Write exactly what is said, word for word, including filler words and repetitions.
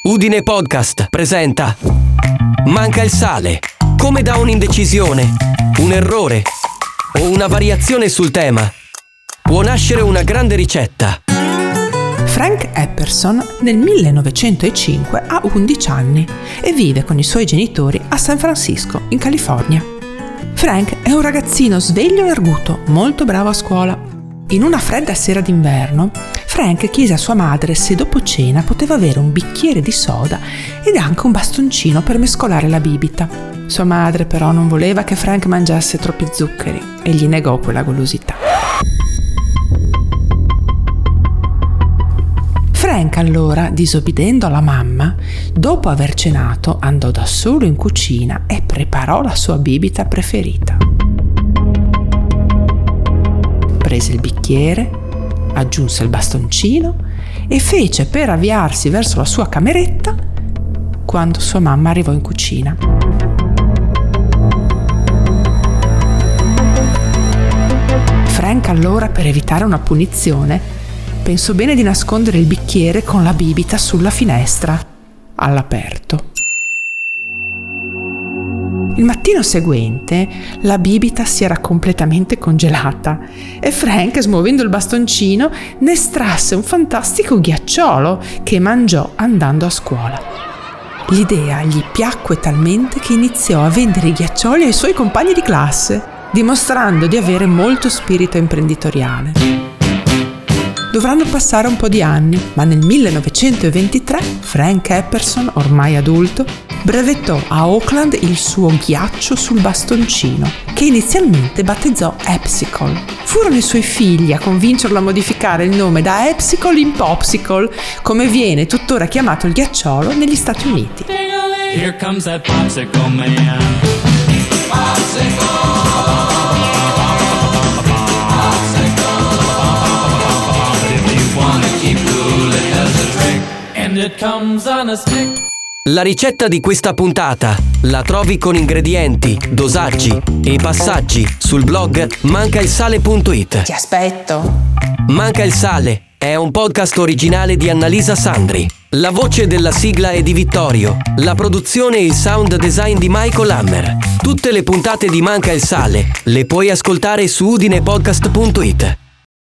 Udine Podcast presenta Manca il sale. Come da un'indecisione, un errore o una variazione sul tema può nascere una grande ricetta. Frank Epperson nel millenovecentocinque ha undici anni e vive con i suoi genitori a San Francisco, in California. Frank è un ragazzino sveglio e arguto, molto bravo a scuola. In una fredda sera d'inverno, Frank chiese a sua madre se dopo cena poteva avere un bicchiere di soda ed anche un bastoncino per mescolare la bibita. Sua madre però non voleva che Frank mangiasse troppi zuccheri e gli negò quella golosità. Frank allora, disobbedendo alla mamma, dopo aver cenato andò da solo in cucina e preparò la sua bibita preferita. Prese il bicchiere, aggiunse il bastoncino e fece per avviarsi verso la sua cameretta quando sua mamma arrivò in cucina. Frank allora, per evitare una punizione, pensò bene di nascondere il bicchiere con la bibita sulla finestra, all'aperto. Il mattino seguente la bibita si era completamente congelata e Frank, smuovendo il bastoncino, ne estrasse un fantastico ghiacciolo che mangiò andando a scuola. L'idea gli piacque talmente che iniziò a vendere i ghiaccioli ai suoi compagni di classe, dimostrando di avere molto spirito imprenditoriale. Dovranno passare un po' di anni, ma nel millenovecentoventitré Frank Epperson, ormai adulto, brevettò a Oakland il suo ghiaccio sul bastoncino, che inizialmente battezzò Epsicle. Furono i suoi figli a convincerlo a modificare il nome da Epsicle in Popsicle, come viene tuttora chiamato il ghiacciolo negli Stati Uniti. Here comes that popsicle man. Popsicle. La ricetta di questa puntata la trovi con ingredienti, dosaggi e passaggi sul blog manca il sale punto it. Ti aspetto. Manca il sale è un podcast originale di Annalisa Sandri. La voce della sigla è di Vittorio, la produzione e il sound design di Michael Hammer. Tutte le puntate di Manca il sale le puoi ascoltare su udine podcast punto it.